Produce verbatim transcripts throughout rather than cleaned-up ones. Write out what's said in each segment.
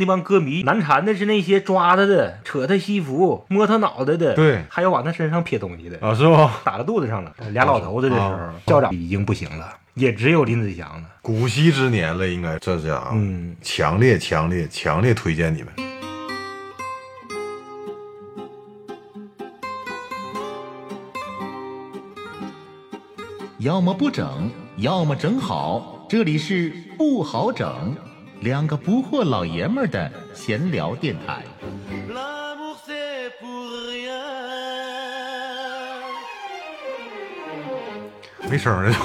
那帮歌迷难缠的是那些抓他的、扯他西服、摸他脑袋的， 对， 还有往他身上撇东西的啊，是吗？ 打到肚子上了。俩老头子的时候，啊、校长已经不行了，也只有林子祥了。 古稀之年了，应该这是啊， 嗯， 强烈、强烈、强烈推荐你们。 要么不整，要么整好，这里是不好整，两个不惑老爷们儿的闲聊电台。 没声了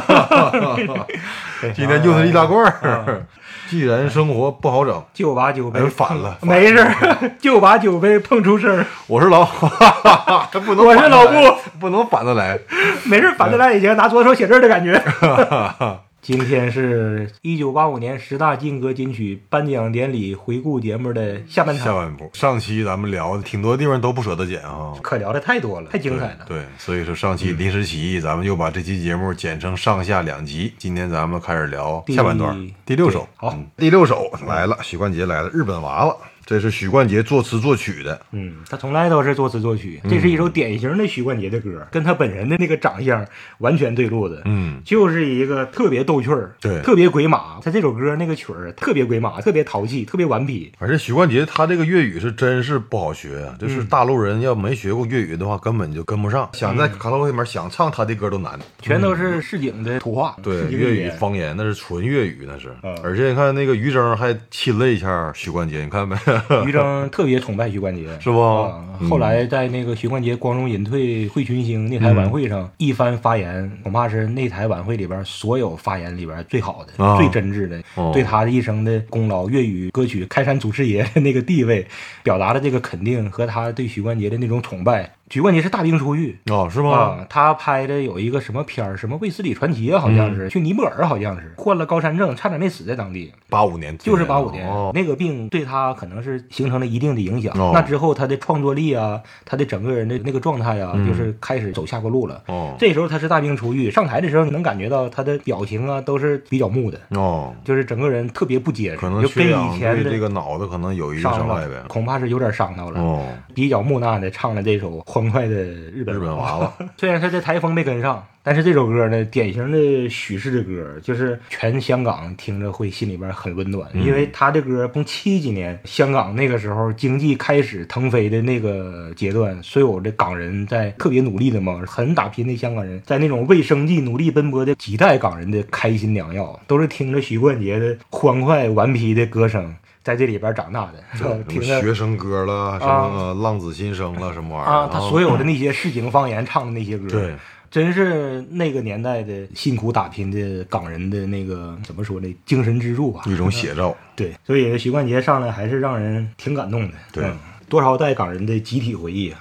就，今天又是一大罐儿。既然生活不好整， 就把酒杯反了， 没事，就把酒杯碰出声。 我是老，不能我是老布， 不能反得来。 没事，反得来也行，拿左手写字的感觉。今天是一九八五年十大劲歌金曲颁奖典礼回顾节目的下半场。 下半部，上期咱们聊的挺多地方都不舍得剪啊， 可聊的太多了，太精彩了。 对，对所以说上期临时起意，咱们就把这期节目剪成上下两集。今天咱们开始聊下半段，第六首。 好、 嗯，第六首来了，许冠杰来了，日本娃娃。这是许冠杰作词作曲的， 嗯，他从来都是作词作曲，这是一首典型的许冠杰的歌，嗯、跟他本人的那个长相完全对路子， 嗯， 就是一个特别逗趣儿， 对， 特别鬼马。他这首歌那个曲儿特别鬼马，特别淘气，特别顽皮。 而且许冠杰他这个粤语是真是不好学啊，就是大陆人要没学过粤语的话，根本就跟不上，嗯、想在卡拉 OK 里面想唱他的歌都难， 全都是市井的土话， 嗯、对，粤语方言那是纯粤语，那是。 嗯、 而且你看那个于正还亲了一下许冠杰，你看没？ 于正特别崇拜许冠杰， 是不、 啊嗯？后来在那个许冠杰光荣隐退会群星那台晚会上、嗯、一番发言，恐怕是那台晚会里边所有发言里边最好的、啊、最真挚的、哦，对他的一生的功劳、粤语歌曲开山祖师爷的那个地位，表达了这个肯定和他对许冠杰的那种崇拜。许冠杰是大病初愈哦，是吗？ 啊，他拍的有一个什么片儿，什么卫斯理传奇啊，好像是、嗯、去尼泊尔，好像是患了高山症，差点没死在当地。 八五年， 就是八五年、 哦， 那个病对他可能是形成了一定的影响。哦、那之后他的创作力啊，他的整个人的那个状态啊、嗯，就是开始走下坡路了。哦，这时候他是大病初愈，上台的时候你能感觉到他的表情啊都是比较木的。哦，就是整个人特别不结实， 可能就跟以前的这个脑子可能有一个伤害呗， 恐怕是有点伤到了。哦，比较木讷的唱了这首欢快的日本日本娃娃， 虽然他的台风没跟上，但是这首歌呢，典型的许氏的歌，就是全香港听着会心里边很温暖，嗯、因为他的歌从七几年香港那个时候经济开始腾飞的那个阶段，所有的港人在特别努力的嘛，很打拼的香港人，在那种为生计努力奔波的几代港人的开心良药，都是听着许冠杰的欢快顽皮的歌声。在这里边长大的， 听着学生歌了，什么浪子心声了，什么玩意儿啊？他所有的那些市井方言唱的那些歌， 对， 真是那个年代的辛苦打拼的港人的那个怎么说呢？精神支柱吧， 一种写照。 对，所以许冠杰上来还是让人挺感动的。 对， 嗯、多少代港人的集体回忆啊。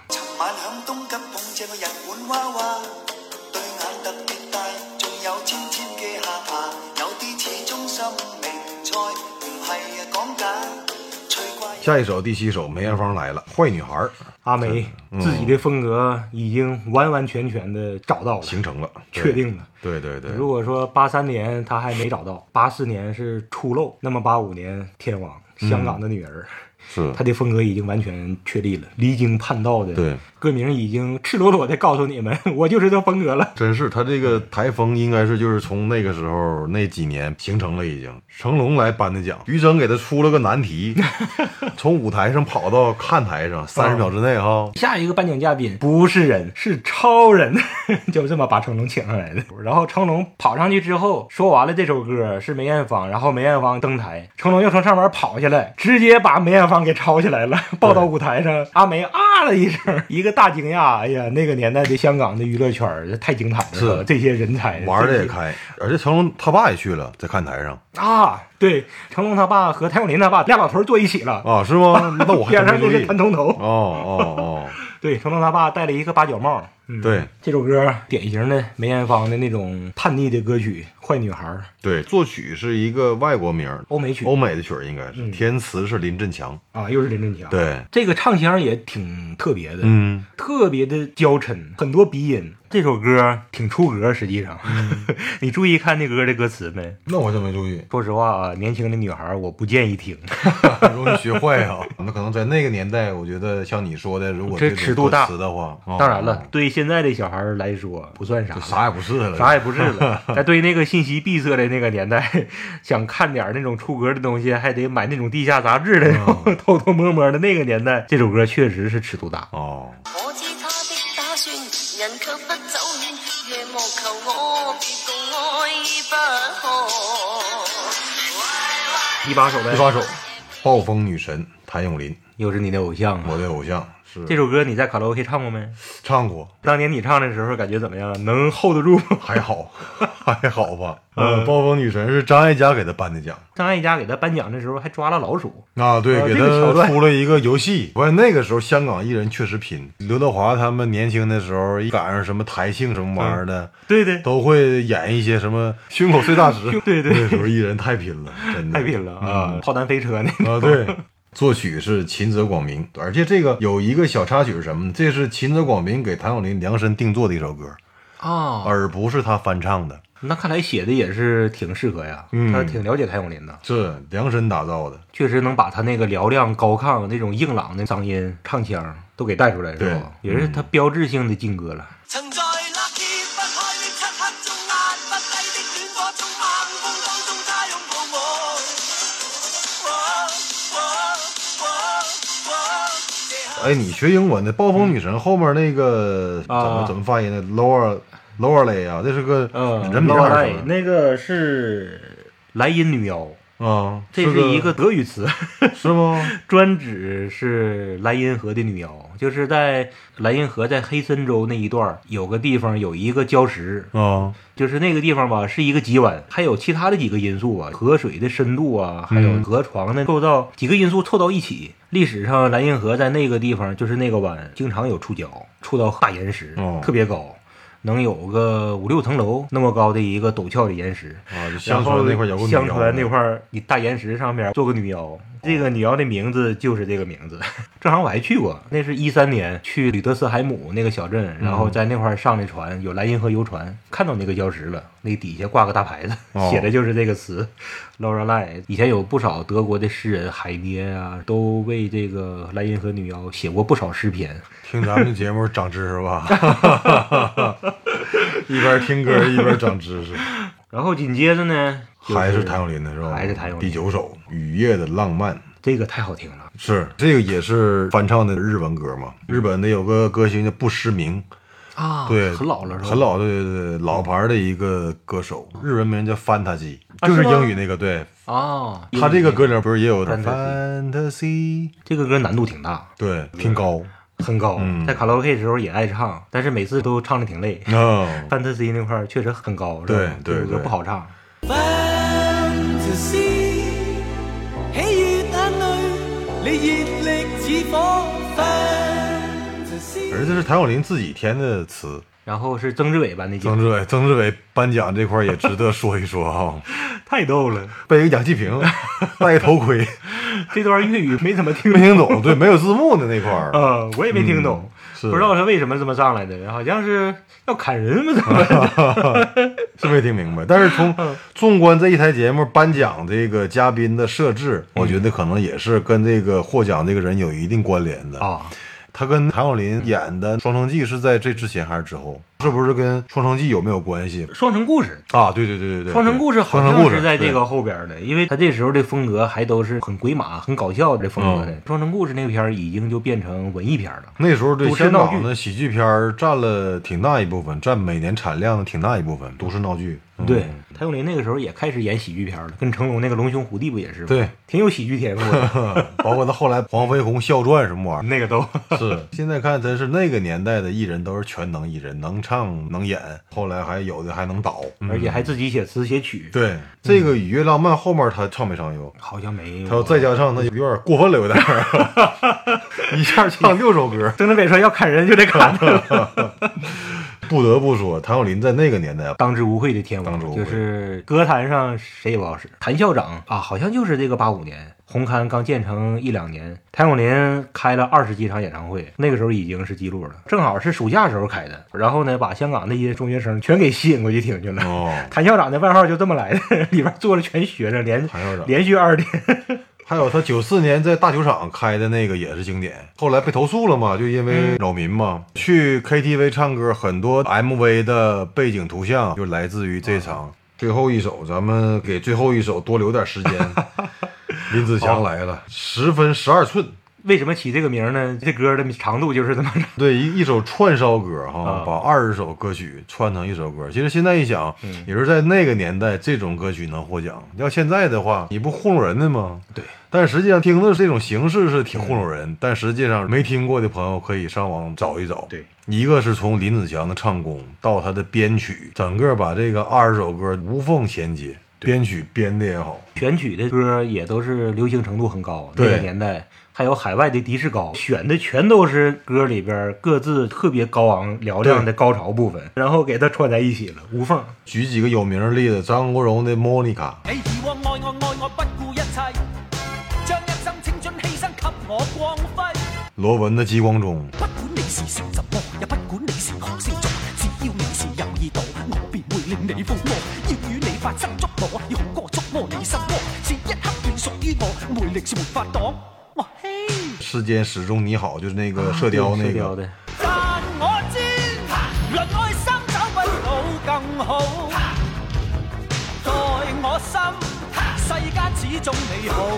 下一首第七首梅艳芳来了，坏女孩。 阿梅、嗯、自己的风格已经完完全全的找到了， 形成了， 确定了。 对对对。 如果说八三年他还没找到，八四年是初露，那么八五年天王香港的女儿。嗯， 是他的风格已经完全确立了，离经叛道的。 对， 歌名已经赤裸裸的告诉你们，我就是这风格了。 真是，他这个台风应该是就是从那个时候那几年形成了，已经。成龙来颁的奖，于正给他出了个难题，从舞台上跑到看台上，三十秒之内哈、哦。 下一个颁奖嘉宾不是人，是超人，就这么把成龙请上来的。然后成龙跑上去之后，说完了这首歌是梅艳芳，然后梅艳芳登台，成龙又从上面跑下来，直接把梅艳芳给抄下来了，抱到舞台上，阿梅啊了一声，一个大惊讶。哎呀，那个年代的香港的娱乐圈太精彩了， 是这些人才玩的也开，而且成龙他爸也去了，在看台上啊。对，成龙他爸和谭咏麟他爸俩老头坐一起了啊？是吗？那我还边上那是谭彤彤。 哦哦哦， 对，成龙他爸戴了一个八角帽。嗯、 对， 这首歌典型的梅艳芳的那种叛逆的歌曲《坏女孩》。 对，作曲是一个外国名， 欧美曲， 欧美的曲应该是、嗯，填词是林振强啊，又是林振强。 对， 这个唱腔也挺特别的， 嗯， 特别的娇嗔，很多鼻音。 这首歌挺出格，实际上， 嗯、 你注意看那歌的歌词没？ 那我真没注意。 说实话啊，年轻的女孩我不建议听， 容易学坏啊。那可能在那个年代，我觉得像你说的，如果这尺度大的话，哦、 当然了，对现在的小孩来说不算啥， 啥也不是了， 啥也不是了。但对那个信息闭塞的那个年代，想看点那种出格的东西，还得买那种地下杂志的，嗯、偷偷摸摸的那个年代，这首歌确实是尺度大哦。 我知他的打算，人卻不走遠，夜幕求我別共愛不可。 一把手的一把手，暴风女神谭咏麟， 又是你的偶像、啊， 我的偶像。是这首歌你在卡拉 OK 唱过没？ 唱过。 当年你唱的时候感觉怎么样？能 hold 得住吗？ 还好，还好吧。呃，暴风女神是张艾嘉给他颁的奖。 张艾嘉给他颁奖的时候还抓了老鼠啊，对， 呃、 给他出了一个游戏。不过那个时候香港艺人确实拼，刘德华他们年轻的时候一赶上什么台庆什么玩意儿的、嗯， 对对， 都会演一些什么胸口碎大石。 对对， 那时候艺人太拼了，真的太拼了啊！炮弹飞车那个啊，对。作曲是秦泽广明，而且这个有一个小插曲是什么呢？这是秦泽广明给谭咏麟量身定做的一首歌啊、哦， 而不是他翻唱的。 那看来写的也是挺适合呀，嗯、他挺了解谭咏麟的， 是量身打造的， 确实能把他那个嘹亮高亢、那种硬朗的嗓音、唱腔都给带出来，是吧？也是他标志性的劲歌了。 曾在那揭不開的漆黑中，壓不低的暖火中，猛風當中，他擁抱我。 哎，你學英文的暴風女神後面那個、嗯、怎麼怎麼發音的 ？Lower Lowerlay 啊，這是個人名還是、 嗯、那個是萊茵女妖啊， 這是一個德語詞， 是嗎？ 專指是萊茵河的女妖，就是在萊茵河在黑森州那一段有個地方有一個礁石啊， 就是那個地方吧是一個急彎，還有其他的幾個因素啊，河水的深度啊，還有河床的構造，幾個因素湊到一起。歷史上萊茵河在那個地方就是那個灣經常有觸礁，觸到大岩石、哦、特別高，能有個五六層樓那麼高的一個陡峭的岩石啊，就相傳那塊有個女妖， 相傳那塊你大岩石上面做個女妖，這個女妖的名字就是這個名字。正好我還去過，那是一三年去吕德斯海姆那個小鎮，然後在那塊上的船有萊茵河遊船，看到那個礁石了，那底下掛個大牌子、哦、寫的就是這個詞 Lorelei。 以前有不少德國的詩人海涅啊都為這個萊茵河女妖寫過不少詩篇。 聽咱們節目長知識吧一邊聽歌一邊長知識。 然後緊接着呢、就是、 還是譚詠麟的是吧？ 還是譚詠麟。 第九首雨夜的浪漫， 這個太好聽了。 是這個也是翻唱的日文歌嘛，日本的有個歌星叫不失明啊， 對， 很老了是吧？ 很老，對對對，老牌的一個歌手，日文名叫 Fantasy、啊、就是英語那個，對啊， 他這個歌裡不是也有 Fantasy， 這個歌難度挺大， 對，挺高， 很高、嗯、在卡拉 OK 的時候也愛唱，但是每次都唱得挺累、哦、Fantasy 那塊確實很高， 對對對， 這個歌不好唱。 Fantasy 喜與眼淚你熱力似火， 而這是譚詠麟自己填的詞， 然後是曾志偉頒的獎。 曾志偉，曾志偉頒獎這塊也值得說一說哈， 太逗了， 背一個氧氣瓶，戴一頭盔， 這段粵語沒怎麼聽， 沒聽懂，對，沒有字幕的那塊兒， 啊，我也沒聽懂， 嗯、 不知道他為什麼這麼上來的，好像是要砍人嗎？怎麼是沒聽明白。但是從縱觀這一台節目頒獎這個嘉賓的設置，我覺得可能也是跟這個獲獎這個人有一定關聯的啊。他跟譚詠麟演的《雙城記》是在這之前還是之後？是不是跟《雙城記》有沒有關係？ 雙城故事啊，對對對對對， 雙城故事好像是在這個後邊的，因為他這時候的風格還都是很鬼馬、很搞笑的風格的。雙、嗯、城故事那個片已經就變成文藝片了。 那時候對香港的喜劇片佔了挺大一部分，佔每年產量的挺大一部分，都市鬧劇。嗯、 對，譚詠麟那個時候也開始演喜劇片了，跟成龍那個《龍兄虎弟》不也是嗎？ 對， 挺有喜劇天賦的。 包括他後來《黃飛鴻笑傳》什麼玩意兒， 那個都是。現在看真是那個年代的藝人都是全能藝人，能唱能演。後來還有的還能導， 而且還自己寫詞寫曲。 對，嗯、這個《雨夜浪漫》後面他唱沒唱有？ 好像沒有。 他要再加唱，那就有點過分了，有點。一下唱六首歌， 曾志偉說要砍人就得砍。 不得不说，谭咏麟在那个年代当之无愧的天王， 当之无愧就是歌坛上谁也不好使。谭校长啊，好像就是这个八五年。红磡刚建成一两年，谭咏麟开了二十几场演唱会，那个时候已经是记录了，正好是暑假时候开的。然后呢，把香港那些中学生全给吸引过去听去了。哦，谭校长的外号就这么来的，里边坐了全学生，连连续二天。 还有他九四年在大球场开的那个也是经典，后来被投诉了嘛，就因为扰民嘛。嗯、去 K T V 唱歌，很多 M V 的背景图像就来自于这场。嗯、最后一首，咱们给最后一首多留点时间。林子祥来了，十分十二寸。 为什么起这个名呢？这歌的长度就是这么长。 对，一一首串烧歌哈，啊、把二十首歌曲串成一首歌。其实现在一想，嗯、也是在那个年代，这种歌曲能获奖。要现在的话，你不糊弄人的吗？ 对。 但实际上听的这种形式是挺糊弄人，嗯、但实际上没听过的朋友可以上网找一找。 对， 一个是从林子祥的唱功到他的编曲，整个把这个二十首歌无缝衔接。编曲编的也好， 选曲的歌也都是流行程度很高。那个年代还有海外的的士高，选的全都是歌里边各自特别高昂嘹亮的高潮部分，然后给它串在一起了，无缝。 举几个有名的例子，张国荣的《莫妮卡》。 你以往愛我愛我不顧一切，將一生青春犧牲給我光輝。 羅文的《激光中》。 不管你是食什麼，也不管你是學星座，只要你是有耳朵，我便會令你瘋魔。要與你發生觸摸，要紅歌觸摸你心窩，是一刻便屬於我，魅力是沒法擋。我嘿。 世間始終你好，就是那個射雕那個。 的。 但我知，論愛心找不到更好，在我心，世間始終美好。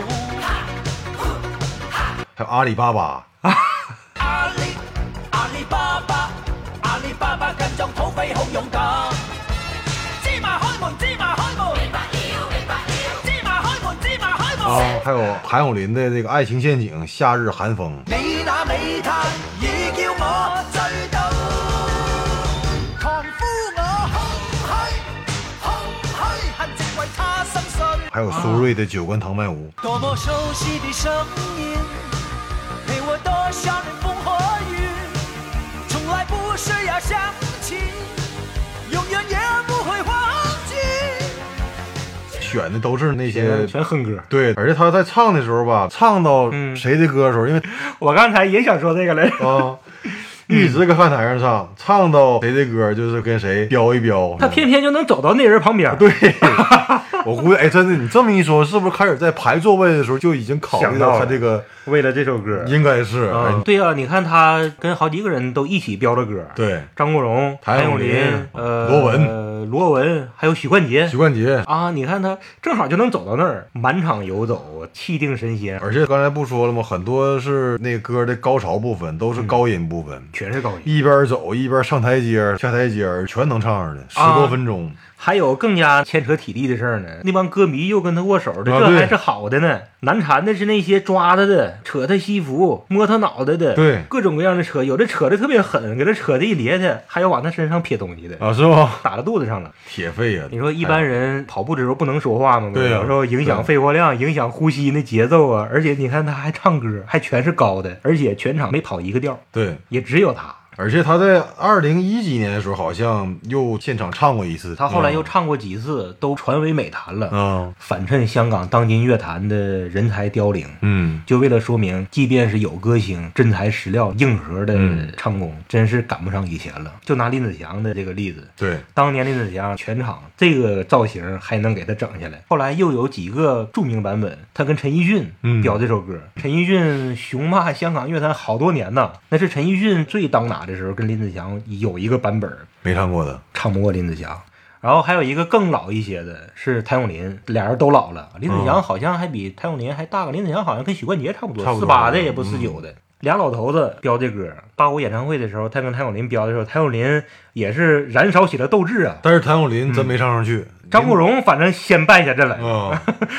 還有阿里巴巴。 阿里阿里巴巴，阿里巴巴跟蹤土匪好勇敢。芝麻開門，芝麻開門，明白了，明白了。芝麻開門，芝麻開門。 啊，還有譚詠麟的這個《愛情陷阱》《夏日寒風》。 你那美態已叫我醉到，狂呼我空虛，空虛，恨只為他心碎。 還有蘇芮的《酒館倘賣無》。 多麼熟悉的聲音，陪我多少年風和雨，從來不是要想起，永遠也不會忘記。 選的都是那些全哼歌， 對，而且他在唱的時候吧，唱到誰的歌的時候，因為我剛才也想說這個來啊，一直搁飯台上唱，唱到誰的歌就是跟誰飆一飆， 他偏偏就能走到那人旁邊。 對，我估計哎，真的，你這麼一說，是不是開始在排座位的時候就已經考慮到他這個？ 為了這首歌， 應該是、 嗯、對啊，你看他跟好幾個人都一起飆着歌， 對， 張國榮、譚詠麟、呃， 羅文、 羅文，還有許冠傑， 許冠傑啊，你看他正好就能走到那兒，滿場遊走，氣定神閒。 而且剛才不說了嗎？很多是那個歌的高潮部分，都是高音部分，嗯、 全是高音， 一邊走一邊上台階、下台階，全能唱上的，十多分鐘。啊， 還有更加牽扯體力的事兒呢，那幫歌迷又跟他握手的，這還是好的呢。難纏的是那些抓他的、扯他西服、摸他腦袋的， 對， 各種各樣的扯，有的扯的特別狠，給他扯的一咧的，還有往他身上撇東西的啊，是嗎？ 打到肚子上了， 鐵肺呀！ 你說一般人跑步的時候不能說話嗎？ 對呀， 有時候影響肺活量，影響呼吸那節奏啊，而且你看他還唱歌，還全是高的，而且全場沒跑一個調， 對， 也只有他。 而且他在二零一幾年的時候好像又現場唱過一次， 他後來又唱過幾次，嗯、都傳為美談了。 嗯， 反襯香港當今樂壇的人才凋零。 嗯， 就為了說明，即便是有歌星、真材實料、硬核的唱功，嗯、真是趕不上以前了。就拿林子祥的這個例子， 對， 當年林子祥全場這個造型還能給他整下來。後來又有幾個著名版本，他跟陳奕迅飆這首歌。嗯、陳奕迅雄霸香港樂壇好多年呢，那是陳奕迅最當打的時候，跟林子祥有一個版本沒唱過的， 唱不過林子祥。然後還有一個更老一些的是譚詠麟，倆人都老了，林子祥好像還比譚詠麟還大個，林子祥好像跟許冠傑差不多，四八的也不四九的。倆老頭子飆這歌，八五演唱會的時候，他跟譚詠麟飆的時候，譚詠麟也是燃燒起了鬥志啊。 但是譚詠麟真沒唱上去， 嗯、張國榮反正先敗下陣來。 哦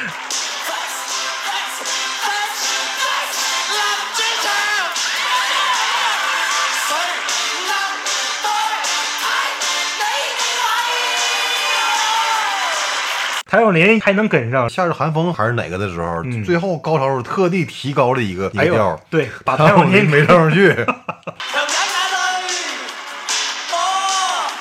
譚詠麟還能跟上夏日寒風還是哪個的時候，嗯、最後高潮特地提高了一個一個調、哎， 對，把譚詠麟沒唱上去。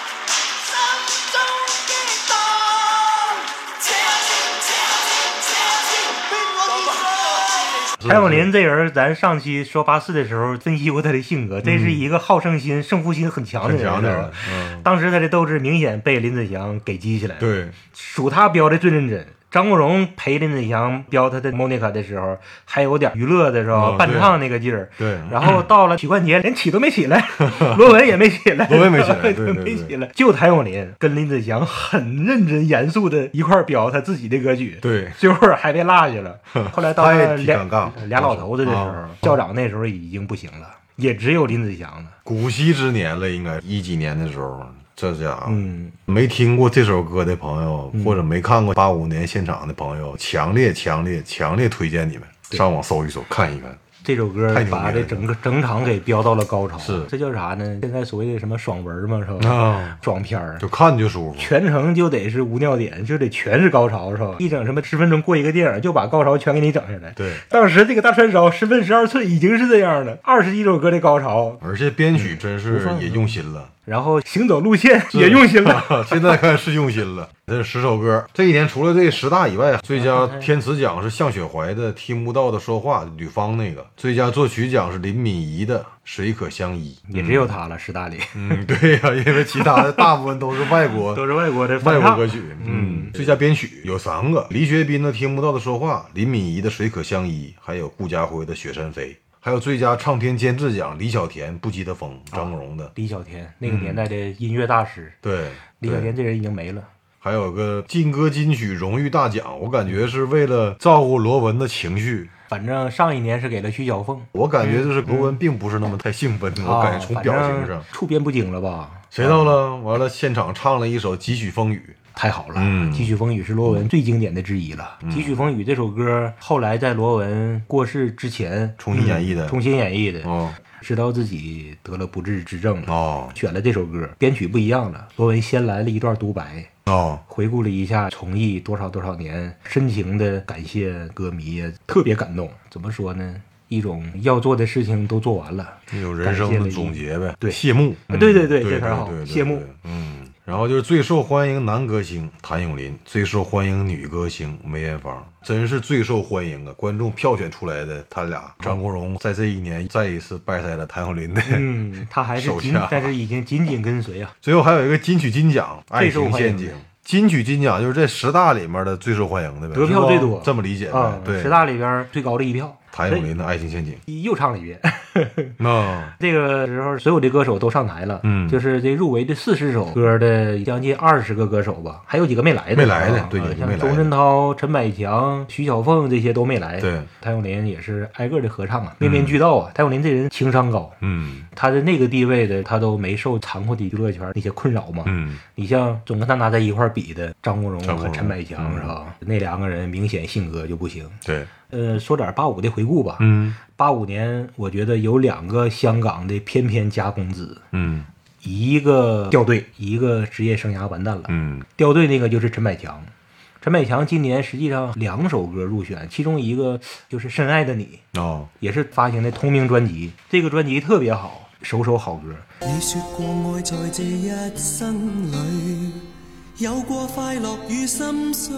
谭咏麟这人，咱上期说八四的时候分析过他的性格，这是一个好胜心、胜负心很强的人。 很强的人。嗯， 当时他的斗志明显被林子祥给激起来了。 对， 属他标的最认真。张国荣陪林子祥标他的莫妮卡的时候，还有点娱乐的时候， 嗯、 伴唱那个劲儿。 对， 然后到了许冠杰，连起都没起来，罗文也没起来， 罗文没起来，对对对没起来，就谭咏麟跟林子祥很认真严肃的一块标他自己的歌曲。 对， 最后还被落下了。后来到了俩俩老头子的时候， 啊、 校长那时候已经不行了，也只有林子祥了。 古稀之年了，应该一几年的时候。这家伙， 嗯， 没听过这首歌的朋友， 嗯、 或者没看过八五年现场的朋友，强烈、强烈、强烈推荐你们上网搜一搜，看一看。 这首歌把这整个整场给飙到了高潮， 是这叫啥呢？现在所谓的什么爽文嘛，是吧？ 啊， 爽片儿， 就看就舒服， 全程就得是无尿点，就得全是高潮，是吧？一整什么十分钟过一个电影，就把高潮全给你整下来。 对， 当时这个大串烧十分十二寸已经是这样的，二十几首歌的高潮， 而且编曲真是也用心了。 然后行走路线也用心了， 现在看是用心了。这十首歌，这一年除了这十大以外，最佳填词奖是向雪怀的《听不到的说话》，吕方那个；最佳作曲奖是林敏怡的《谁可相依》， 也只有他了，十大里。 嗯，对呀、啊，因为其他的大部分都是外国， 都是外国的外国歌曲。嗯，最佳编曲有三个：李学斌的《听不到的说话》，林敏怡的《谁可相依》，还有顾嘉辉的《雪山飞》。还有最佳唱片监制奖，李小田《不羁的风》，张国荣的、啊。 李小田那个年代的音乐大师， 嗯、对， 李小田这人已经没了。 还有个劲歌金曲荣誉大奖，我感觉是为了照顾罗文的情绪。 反正上一年是给了徐小凤， 我感觉就是罗文并不是那么太兴奋，嗯、我感觉从表情上、 啊、触边不惊了吧？ 谁到了？完了，现场唱了一首《几许风雨》。 太好了， 嗯， 《几许风雨》是罗文最经典的之一了。嗯，《几许风雨》这首歌后来在罗文过世之前重新演绎的， 嗯、重新演绎的。 哦， 知道自己得了不治之症哦， 选了这首歌，编曲不一样了。罗文先来了一段独白， 哦， 回顾了一下从艺多少多少年，深情的感谢歌迷，特别感动。怎么说呢？一种要做的事情都做完了， 一种人生的总结呗， 对， 谢幕。 嗯、对对对， 对这词好，谢幕。 嗯。然后就是最受欢迎男歌星谭咏麟，最受欢迎女歌星梅艳芳，真是最受欢迎啊！观众票选出来的他俩，张国荣在这一年再一次拜在了谭咏麟的嗯，他还是紧，但是已经紧紧跟随啊。 最后还有一个金曲金奖，爱情陷阱。金曲金奖就是这十大里面的最受欢迎的呗， 得票最多， 这么理解呗？ 嗯、 对， 十大里边最高的一票。 谭咏麟的《爱情陷阱》 又唱了一遍。 哦， 这个时候所有的歌手都上台了， 嗯， 就是这入围的四十首歌的将近二十个歌手吧，还有几个没来的， 没来的， 啊、 对， 像钟镇涛、陈百强、徐小凤这些都没来。 对， 谭咏麟也是挨个的合唱啊，面面俱到啊。谭咏麟这人情商高， 嗯， 他的那个地位的，他都没受残酷的娱乐圈那些困扰嘛。 嗯， 你像总跟他拿在一块比的张国荣和陈百强、嗯、是吧？那两个人明显性格就不行。 对。 呃，说点八五的回顾吧。 嗯， 八五年我觉得有两个香港的翩翩加工资。 嗯， 一个掉队，一个职业生涯完蛋了。 嗯， 掉队那个就是陈百强。陈百强今年实际上两首歌入选，其中一个就是《深爱的你》， 哦， 也是发行的同名专辑。这个专辑特别好，首首好歌。 你說過愛在這一生裡有過快樂與心碎，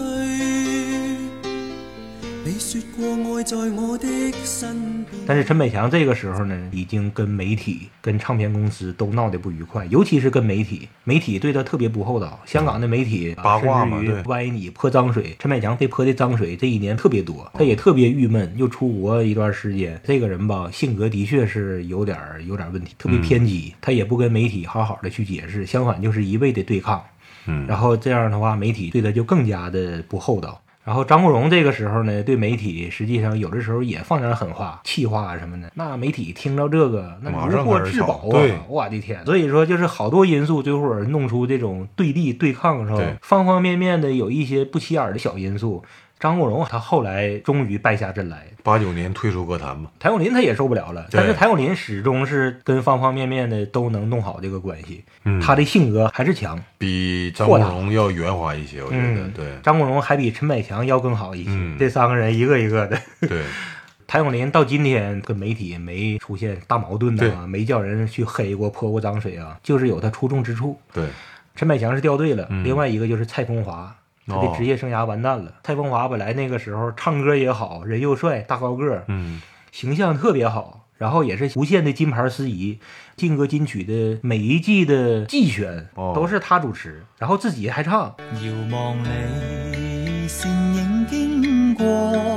但是陳百強這個時候呢，已經跟媒體、跟唱片公司都鬧得不愉快，尤其是跟媒體，媒體對他特別不厚道。香港的媒體八卦嘛， 甚至於歪你潑髒水，陳百強被潑的髒水這一年特別多，他也特別鬱悶，又出國一段時間。這個人吧，性格的確是有點有點問題，特別偏激，他也不跟媒體好好的去解釋，相反就是一味的對抗。 嗯， 然後這樣的話，媒體對他就更加的不厚道。然後張國榮這個時候呢，對媒體實際上有的時候也放點狠話、氣話什麼的。那媒體聽到這個，那如獲至寶啊！我的天！所以說，就是好多因素最後弄出這種對立、對抗，是吧？方方面面的有一些不起眼的小因素。張國榮他後來終於敗下陣來， 八九年退出歌壇嘛。 譚詠麟他也受不了了，但是譚詠麟始終是跟方方面面的都能弄好這個關係。嗯，他的性格還是強， 比張國榮要圓滑一些，我覺得。嗯、對， 張國榮還比陳百強要更好一些。嗯、這三個人一個一個的。 對， 譚詠麟到今天跟媒體沒出現大矛盾啊，沒叫人去黑過、潑過髒水啊，就是有他出眾之處。 對， 陳百強是掉隊了， 嗯、 另外一個就是蔡楓華。 他的职业生涯完蛋了。蔡枫华本来那个时候唱歌也好，人又帅，大高个， 嗯， 形象特别好，然后也是无线的金牌司仪，劲歌金曲的每一季的季选、 哦、 都是他主持，然后自己还唱。 遥望你倩影經過，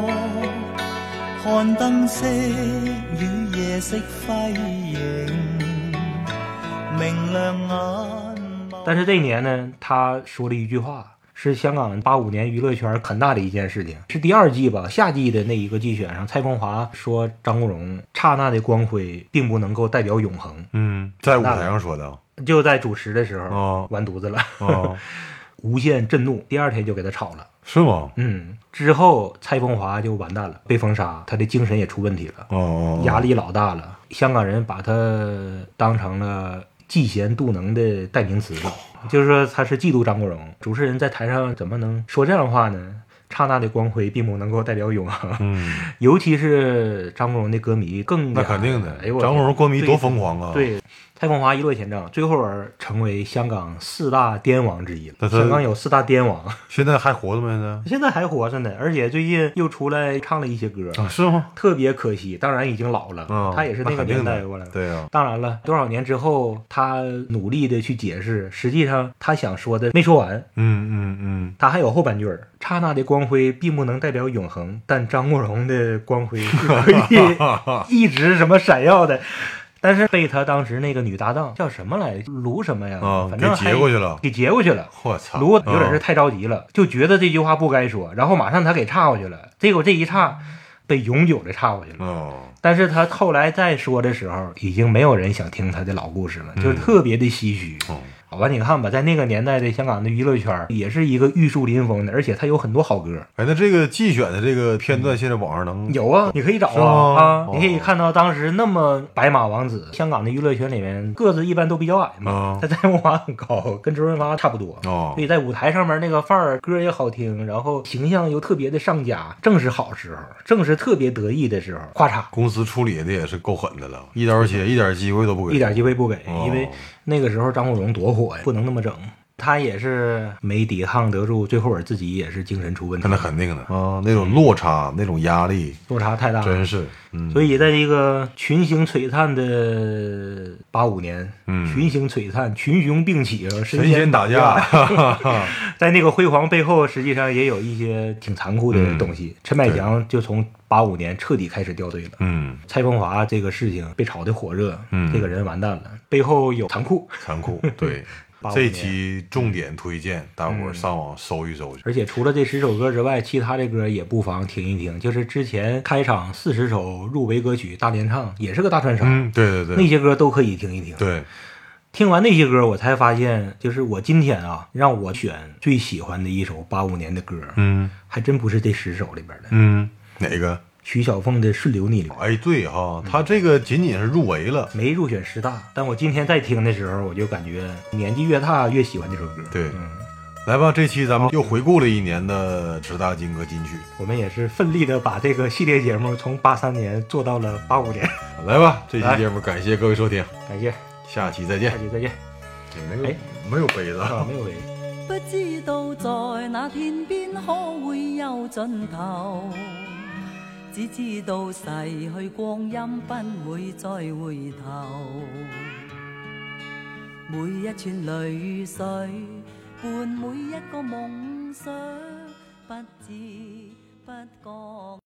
看燈飾與夜色輝映，明亮眼。 但是这一年呢，他說了一句話，是香港八五年娛樂圈很大的一件事情，是第二季吧，夏季的那一個季選上，蔡枫華說張國榮剎那的光輝並不能夠代表永恆。 嗯，在舞台上說的， 就在主持的時候、 哦、 完犢子了。 哦無限震怒，第二天就給他炒了。 是嗎？ 嗯，之後蔡枫華就完蛋了，被封殺，他的精神也出問題了， 哦， 壓力老大了。香港人把他當成了嫉賢妒能的代名詞，就是說他是嫉妒張國榮。主持人在台上怎麼能說這樣的話呢？剎那的光輝並不能夠代表永恆。 嗯， 尤其是張國榮的歌迷更那肯定的。 哎呦， 張國榮歌迷多瘋狂啊！ 對。對蔡枫華一落千丈，最後成為香港四大癲王之一了。香港有四大癲王， 現在還活着嗎？ 現在還活着呢，而且最近又出來唱了一些歌， 啊、是嗎？ 特別可惜，當然已經老了， 嗯、 他也是那個年代過來的。 對啊， 當然了，多少年之後，他努力的去解釋，實際上他想說的沒說完。 嗯嗯嗯， 他還有後半句兒：剎那的光輝並不能代表永恆，但張國榮的光輝是可以一直什麼閃耀的。但是被他當時那個女搭檔叫什麼來盧什麼呀、 啊、 反正給截過去了給截過去了。 我操， 盧有點是太着急了、啊、就覺得這句話不該說，然後馬上他給岔過去了，結果這一岔被永久的岔過去了、 哦、 但是他後來再說的時候已經沒有人想聽他的老故事了、嗯、就是特別的唏噓、哦好吧，你看吧，在那个年代的香港的娱乐圈也是一个玉树临风的，而且他有很多好歌。 哎，那这个季选的这个片段现在网上能有啊，你可以找啊啊、哦，你可以看到当时那么白马王子，香港的娱乐圈里面个子一般都比较矮嘛，他、哦、蔡枫华很高，跟周润发差不多哦，所以在舞台上面那个范儿，歌也好听，然后形象又特别的上佳，正是好时候，正是特别得意的时候，咔嚓， 公司处理的也是够狠的了，一刀切，一点机会都不给， 一点机会不给， 哦、 因为。那个时候张国荣多火呀，不能那么整。他也是没抵抗得住，最后自己也是精神出问题。 那肯定的啊，那种落差、嗯、那种压力， 落差太大了， 真是。嗯， 所以在这个群星璀璨的八五年，嗯，群星璀璨，群雄并起，神仙打架，在那个辉煌背后，实际上也有一些挺残酷的东西。陈、嗯、百强就从八五年彻底开始掉队了。嗯，蔡枫华这个事情被炒得火热，嗯，这个人完蛋了，背后有残酷， 残酷，对。这期重点推荐大伙儿上网搜一搜去、嗯、 而且除了这十首歌之外，其他的歌也不妨听一听，就是之前开场四十首入围歌曲大联唱也是个大串烧， 嗯，对对对， 那些歌都可以听一听。 对， 听完那些歌我才发现，就是我今天啊让我选最喜欢的一首八五年的歌，嗯，还真不是这十首里边的， 嗯，哪个？ 徐小凤的《顺流逆流》。 哎，对哈，他这个仅仅是入围了， 没入选十大。但我今天在听的时候，我就感觉年纪越大越喜欢这首歌。 对，嗯，来吧，这期咱们又回顾了一年的十大金歌金曲。 我们也是奋力的把这个系列节目从八三年做到了八五年。 来吧，这期节目感谢各位收听， 感谢， 下期再见， 下期再见。 没有，哎，没有杯子啊，没有杯子。 不知道在那天邊可會有盡頭。只知道逝去光陰不會再回頭，每一串淚水伴每一個夢想，不知不覺。